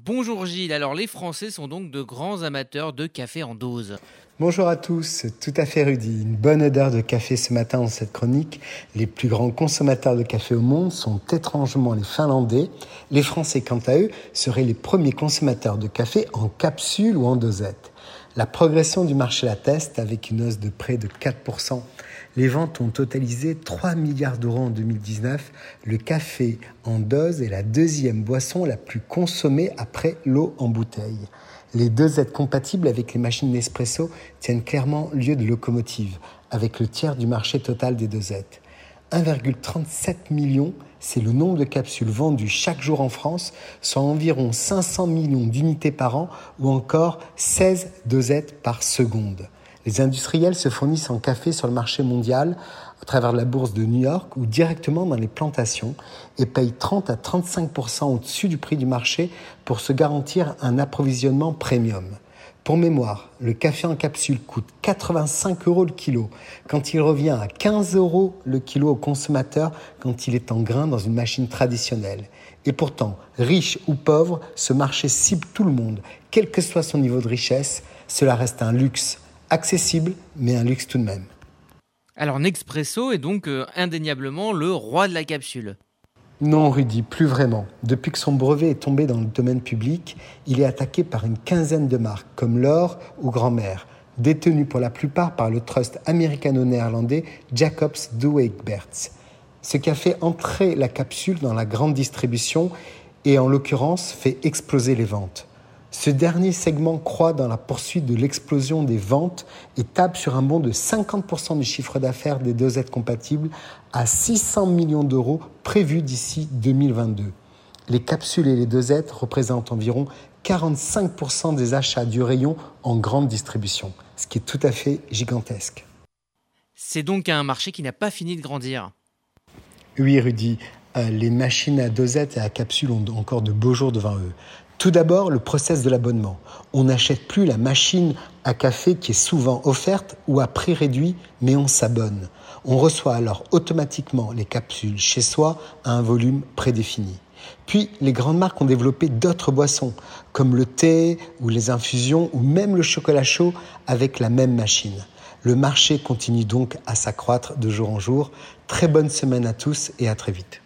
Bonjour Gilles, alors les Français sont donc de grands amateurs de café en dose. Bonjour à tous, tout à fait Rudy. Une bonne odeur de café ce matin dans cette chronique. Les plus grands consommateurs de café au monde sont étrangement les Finlandais. Les Français, quant à eux, seraient les premiers consommateurs de café en capsule ou en dosette. La progression du marché l'atteste avec une hausse de près de 4%. Les ventes ont totalisé 3 milliards d'euros en 2019. Le café en dose est la deuxième boisson la plus consommée après l'eau en bouteille. Les dosettes compatibles avec les machines Nespresso tiennent clairement lieu de locomotive, avec le tiers du marché total des dosettes. 1,37 million, c'est le nombre de capsules vendues chaque jour en France, soit environ 500 millions d'unités par an ou encore 16 dosettes par seconde. Les industriels se fournissent en café sur le marché mondial à travers la bourse de New York ou directement dans les plantations et payent 30 à 35% au-dessus du prix du marché pour se garantir un approvisionnement premium. Pour mémoire, le café en capsule coûte 85 € le kilo, quand il revient à 15 € le kilo au consommateur quand il est en grain dans une machine traditionnelle. Et pourtant, riche ou pauvre, ce marché cible tout le monde, quel que soit son niveau de richesse. Cela reste un luxe, accessible, mais un luxe tout de même. Alors Nespresso est donc indéniablement le roi de la capsule. Non, Rudy, plus vraiment. Depuis que son brevet est tombé dans le domaine public, il est attaqué par une quinzaine de marques, comme L'Or ou Grand-Mère, détenues pour la plupart par le trust américano-néerlandais Jacobs Douwe Egberts. Ce qui a fait entrer la capsule dans la grande distribution et, en l'occurrence, fait exploser les ventes. Ce dernier segment croît dans la poursuite de l'explosion des ventes et table sur un bond de 50% du chiffre d'affaires des dosettes compatibles à 600 millions d'euros prévus d'ici 2022. Les capsules et les dosettes représentent environ 45% des achats du rayon en grande distribution, ce qui est tout à fait gigantesque. C'est donc un marché qui n'a pas fini de grandir. Oui, Rudy, les machines à dosettes et à capsules ont encore de beaux jours devant eux. Tout d'abord, le process de l'abonnement. On n'achète plus la machine à café qui est souvent offerte ou à prix réduit, mais on s'abonne. On reçoit alors automatiquement les capsules chez soi à un volume prédéfini. Puis, les grandes marques ont développé d'autres boissons, comme le thé ou les infusions ou même le chocolat chaud avec la même machine. Le marché continue donc à s'accroître de jour en jour. Très bonne semaine à tous et à très vite.